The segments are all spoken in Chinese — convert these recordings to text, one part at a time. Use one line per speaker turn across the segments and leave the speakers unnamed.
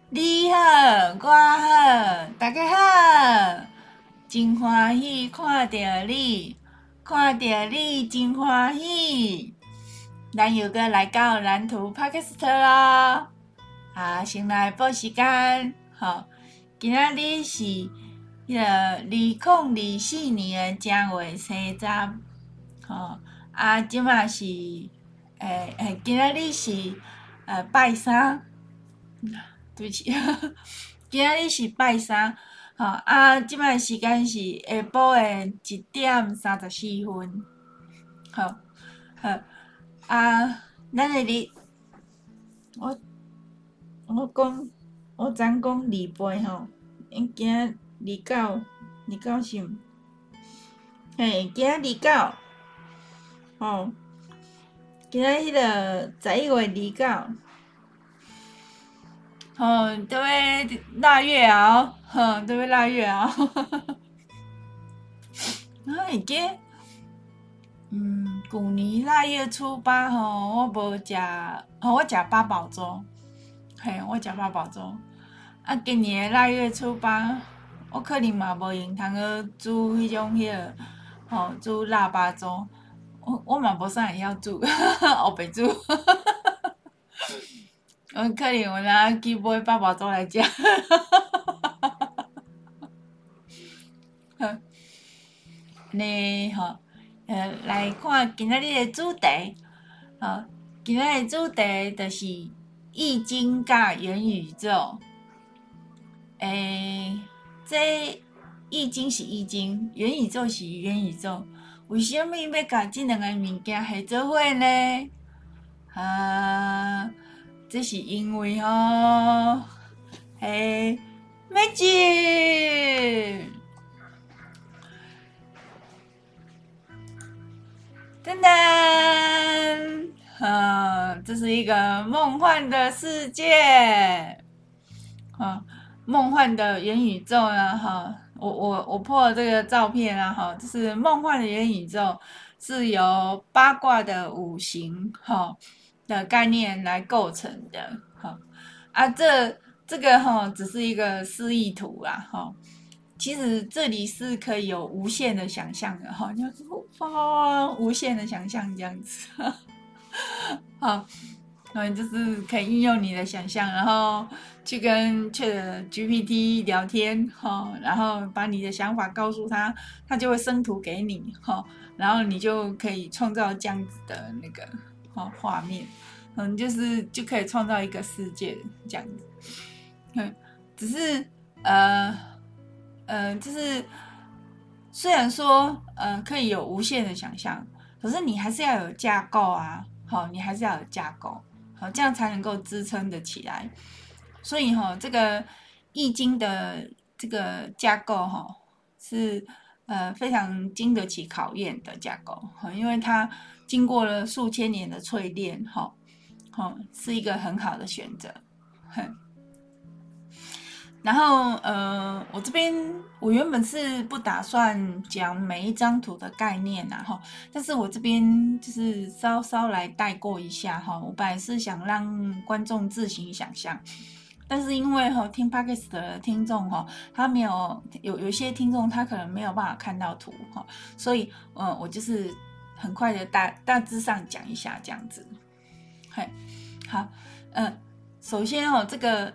你好，我好，大家好，真欢喜看到你，看到你真欢喜。咱又搁来到蓝图 Podcast 咯，先来报时间，今仔日是迄个2024年的正月生10，即马是今仔日是拜三。对不起，今仔日是拜三，即摆时间是下晡的1:34，咱的我昨讲礼拜今仔29是，今仔29，今仔迄个11月29。都要腊月后，都要腊月后。会记，旧年腊月初8我无食，我食八宝粥，我食八宝粥。今年的腊月初8，我可能嘛无用通去煮迄种煮腊八粥，我嘛无啥会晓煮，后白煮。可能有人去买八宝粥来食。来看今仔日的主题。今仔日的主题就是易经甲元宇宙。这易经是易经，元宇宙是元宇宙，为什么要甲这两个物件合做伙呢？这是因为Magic，噔噔，这是一个梦幻的世界，梦幻的元宇宙呢，我破了这个照片啊，就是梦幻的元宇宙是由八卦的五行的概念来构成的，这个只是一个示意图啦，其实这里是可以有无限的想象的，就是无限的想象这样子，就是可以运用你的想象，然后去跟 ChatGPT 聊天，然后把你的想法告诉他，他就会生图给你，然后你就可以创造这样子的那个画面，就可以创造一个世界这样子。只是就是虽然说可以有无限的想象，可是你还是要有架构啊，你还是要有架构，这样才能够支撑得起来。所以这个易经的这个架构是非常经得起考验的架构，因为它经过了数千年的淬炼，是一个很好的选择。然后我这边我原本是不打算讲每一张图的概念但是我这边就是稍来带过一下我本来是想让观众自行想象，但是因为听 Podcast 的听众他没有些听众他可能没有办法看到图所以我就是很快的大致上讲一下这样子。好，首先这个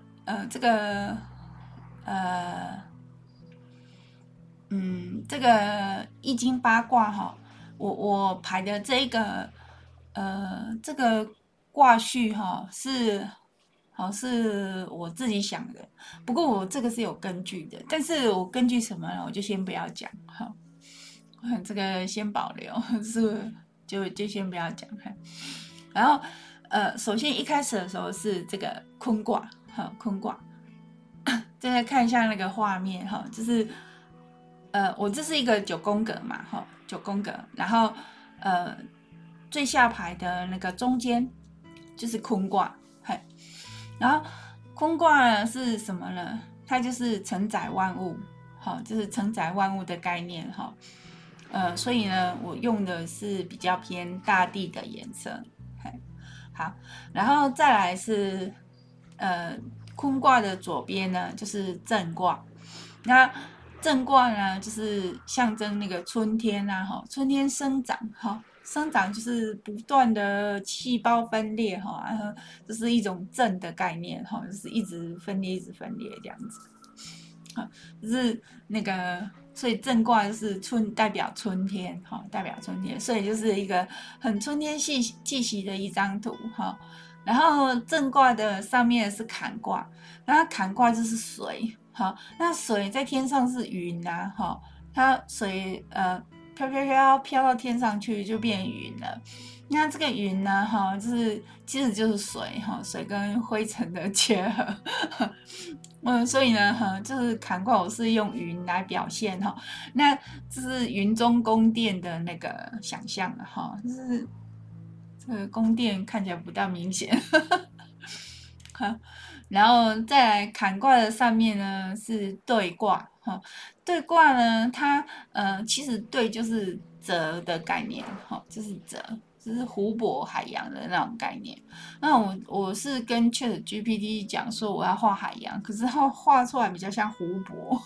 这个易经八卦我排的这个这个卦序是我自己想的，不过我这个是有根据的，但是我根据什么呢？我就先不要讲这个先保留，是就先不要讲然后首先一开始的时候是这个坤卦坤卦。再来看一下那个画面就是我这是一个9宫格嘛9宫格，然后最下排的那个中间就是坤卦，然后坤卦是什么呢？它就是承载万物，就是承载万物的概念所以呢我用的是比较偏大地的颜色。好，然后再来是坤卦的左边呢就是震卦，那震卦呢就是象征那个春天啊，春天生长，生长就是不断的细胞分裂哈，这是一种正的概念哈，就是一直分裂，一直分裂这样子。就是那个，所以震卦就是代表春天，代表春天，所以就是一个很春天气息的一张图哈。然后震卦的上面是坎卦，然后坎卦就是水，好，那水在天上是云啊，哈，它水飘到天上去就变云了。那这个云呢，哈，其实就是水，哈，水跟灰尘的结合。所以呢，就是坎卦我是用云来表现哈，那这是云中宫殿的那个想象哈，就是这个宫殿看起来不大明显。然后再来坎卦的上面呢是兑卦哈，兑卦呢它其实兑就是泽的概念哈，就是泽。就是湖泊、海洋的那种概念。那我是跟 ChatGPT 讲说我要画海洋，可是它画出来比较像湖泊，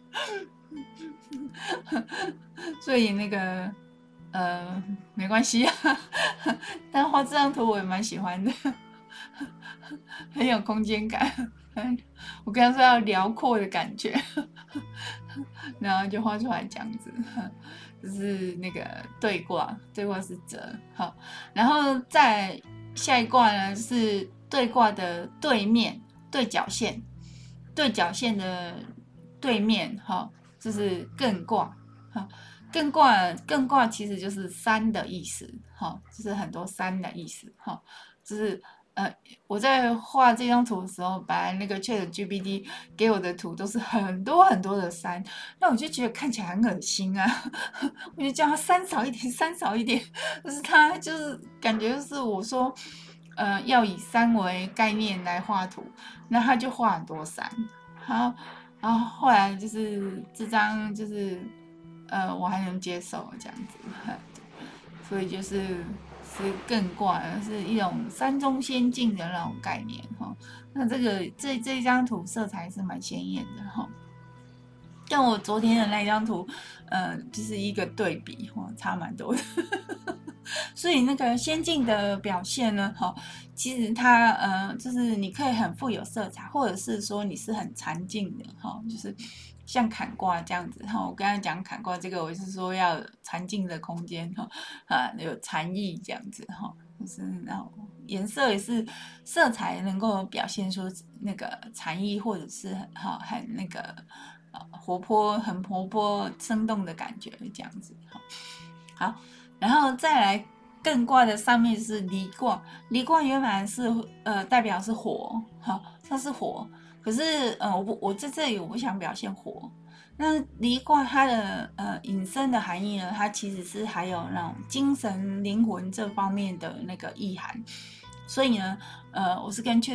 所以那个没关系啊。但画这张图我也蛮喜欢的，很有空间感。我跟他说要辽阔的感觉，然后就画出来这样子。就是那个对卦，对卦是泽，好，然后再下一卦呢是对卦的对面，对角线，对角线的对面，哈，就是艮卦，哈，艮卦其实就是山的意思，哈，就是很多山的意思，哈，就是我在画这张图的时候，本来那个 ChatGPT 给我的图都是很多很多的山，那我就觉得看起来很恶心啊，我就叫他山少一点，山少一点。就是他就是感觉就是我说，要以山为概念来画图，那他就画很多山，然后后来就是这张就是我还能接受这样子，所以就是艮卦是一种山中仙境的那种概念哈。那这张图色彩是蛮鲜艳的哈。像我昨天的那张图，就是一个对比，差蛮多的。所以那个仙境的表现呢，其实它就是你可以很富有色彩，或者是说你是很禅静的，就是像坎卦这样子。我刚才讲坎卦这个，我是说要有禅静的空间，有禅意这样子，就是那种颜色也是色彩能够表现出那个禅意，或者是很那个很活泼生动的感觉这样子。好，然后再来艮卦的上面是离卦，离卦原本是代表是火，它是火，可是我在这里我不想表现火。那离卦它的引申的含义呢，它其实是还有那种精神灵魂这方面的那个意涵，所以呢我是跟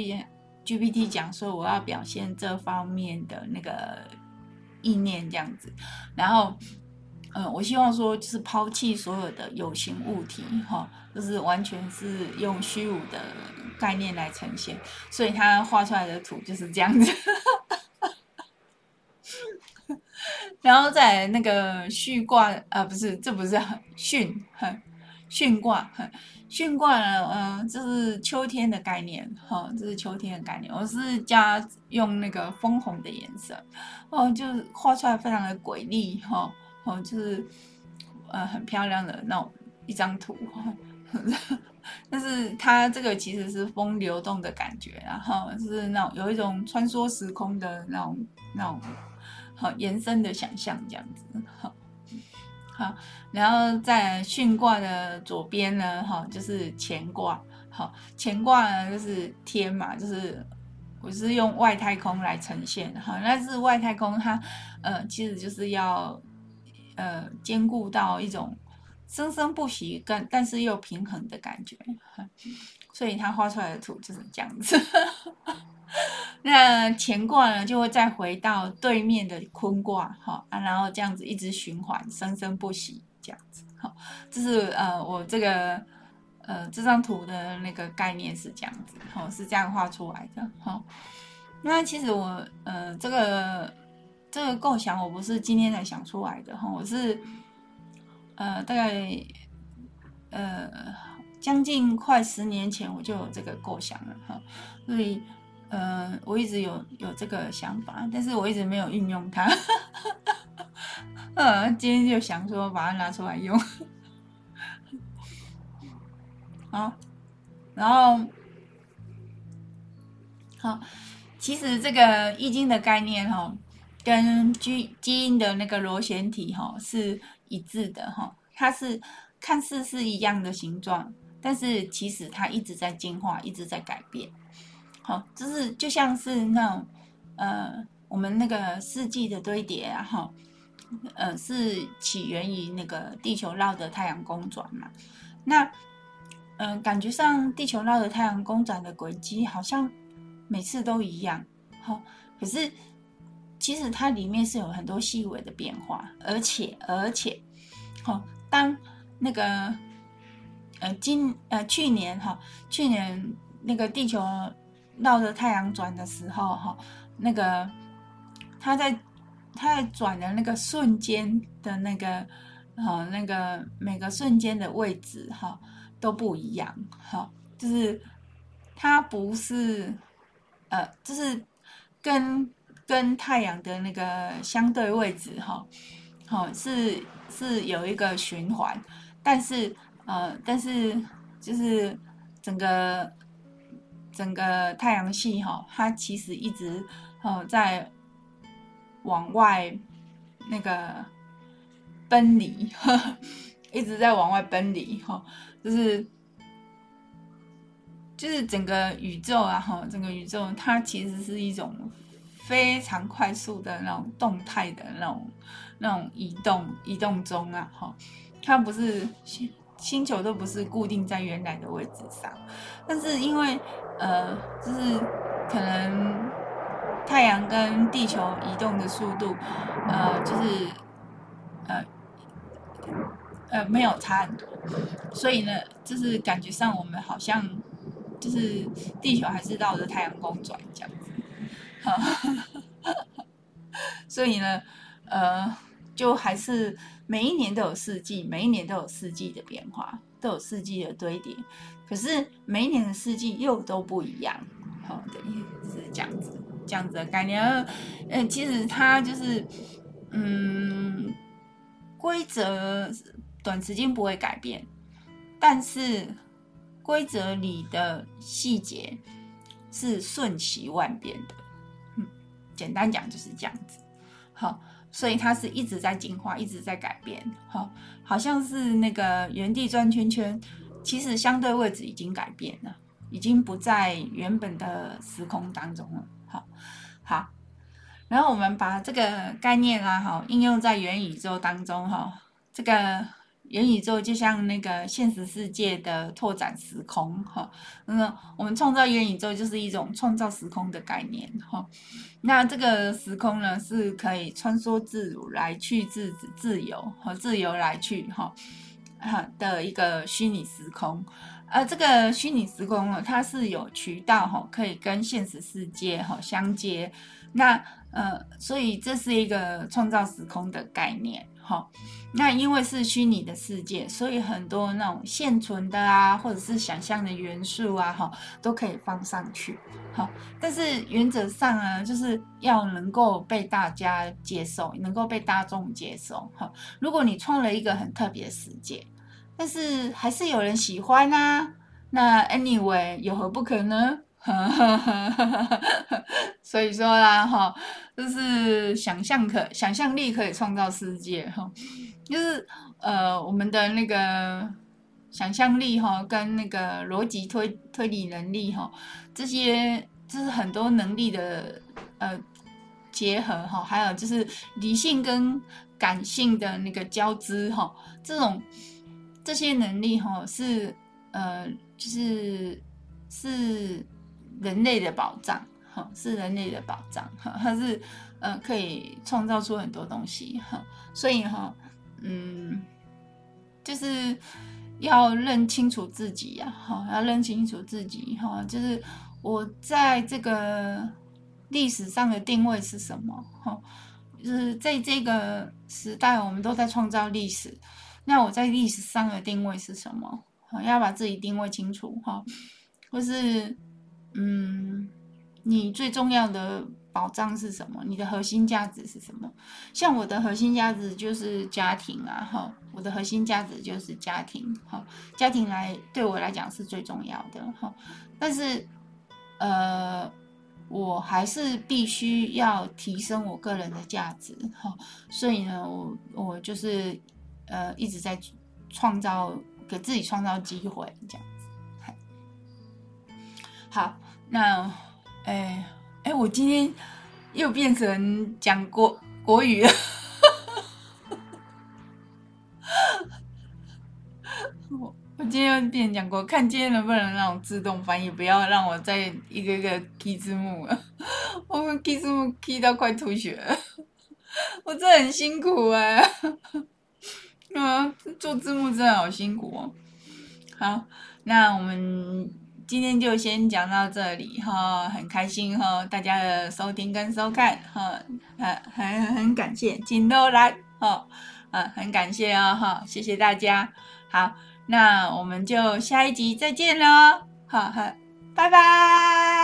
ChatGPT 讲说我要表现这方面的那个意念这样子，然后我希望说就是抛弃所有的有形物体，就是完全是用虚无的概念来呈现，所以他画出来的图就是这样子。然后再来那个巽卦，不是，这不是巽卦，巽卦呢，这是秋天的概念，这是秋天的概念。我是加用那个枫红的颜色，就是画出来非常的瑰丽，就是很漂亮的那种一张图。但是它这个其实是风流动的感觉，然后是那种有一种穿梭时空的那种延伸的想象这样子。好，然后在巽卦的左边呢，就是乾卦。好，乾卦呢就是天嘛，就是我是用外太空来呈现。好，那是外太空它其实就是要兼顾到一种生生不息但是又平衡的感觉，所以它画出来的图就是这样子。那乾卦呢，就会再回到对面的坤卦，然后这样子一直循环，生生不息，这样子，这是我这个这张图的那个概念是这样子，是这样画出来的，那其实我这个构想我不是今天才想出来的，我是大概将近快10年前我就有这个构想了，所以我一直有这个想法，但是我一直没有运用它。今天就想说把它拿出来用。好，然后好，其实这个易经的概念跟基因的那个螺旋体是一致的它是看似是一样的形状，但是其实它一直在进化，一直在改变。就是就像是那种我们那个世纪的堆叠啊是起源于那个地球绕的太阳公转嘛。那感觉上地球绕的太阳公转的轨迹好像每次都一样，可是其实它里面是有很多细微的变化，而且当那个去年那个地球绕着太阳转的时候那个它在转的那个瞬间的那个每个瞬间的位置都不一样，就是它不是就是跟太阳的那个相对位置是有一个循环，但是就是整个太阳系它其实一直在往外那个奔离，一直在往外奔离就是整个宇宙整个宇宙它其实是一种非常快速的那种动态的那种移动中它不是星球都不是固定在原来的位置上，但是因为就是可能太阳跟地球移动的速度就是没有差很多，所以呢，就是感觉上我们好像就是地球还是绕着太阳公转这样子，所以呢，就还是每一年都有四季，每一年都有四季的变化，都有四季的堆叠，可是每一年的四季又都不一样，对，是这样子的概念。其实它就是规则短时间不会改变，但是规则里的细节是瞬息万变的。简单讲就是这样子。所以它是一直在进化，一直在改变。好像是那个原地转圈圈，其实相对位置已经改变了，已经不在原本的时空当中了。好，然后我们把这个概念应用在元宇宙当中这个元宇宙就像那个现实世界的拓展时空我们创造元宇宙就是一种创造时空的概念那这个时空呢是可以穿梭自如、来去自由和自由来去的一个虚拟时空。这个虚拟时空呢，它是有渠道可以跟现实世界相接。那所以这是一个创造时空的概念那因为是虚拟的世界，所以很多那种现存的或者是想象的元素都可以放上去但是原则上呢，就是要能够被大家接受，能够被大众接受如果你创了一个很特别的世界，但是还是有人喜欢那 anyway 有何不可呢？所以说啦就是想象力可以创造世界就是我们的那个想象力跟那个逻辑推理能力这些就是很多能力的结合还有就是理性跟感性的那个交织这些能力是就是人类的宝藏是人类的宝藏它是可以创造出很多东西所以就是要认清楚自己呀，要认清楚自己就是我在这个历史上的定位是什么就是在这个时代，我们都在创造历史，那我在历史上的定位是什么？要把自己定位清楚或是你最重要的保障是什么？你的核心价值是什么？像我的核心价值就是家庭啊，我的核心价值就是家庭，家庭对我来讲是最重要的但是我还是必须要提升我个人的价值所以呢，我就是一直在给自己创造机会这样子。好，那我今天又变成讲国语了。我今天又变成讲国，看今天能不能让我自动翻译，不要让我再一个一个 key 字幕了。我们 key 字幕 key 到快吐血了，我真的很辛苦做字幕真的好辛苦哦。好，那我们今天就先讲到这里很开心大家的收听跟收看很感谢金都来很感谢谢谢大家。好，那我们就下一集再见喽，拜拜。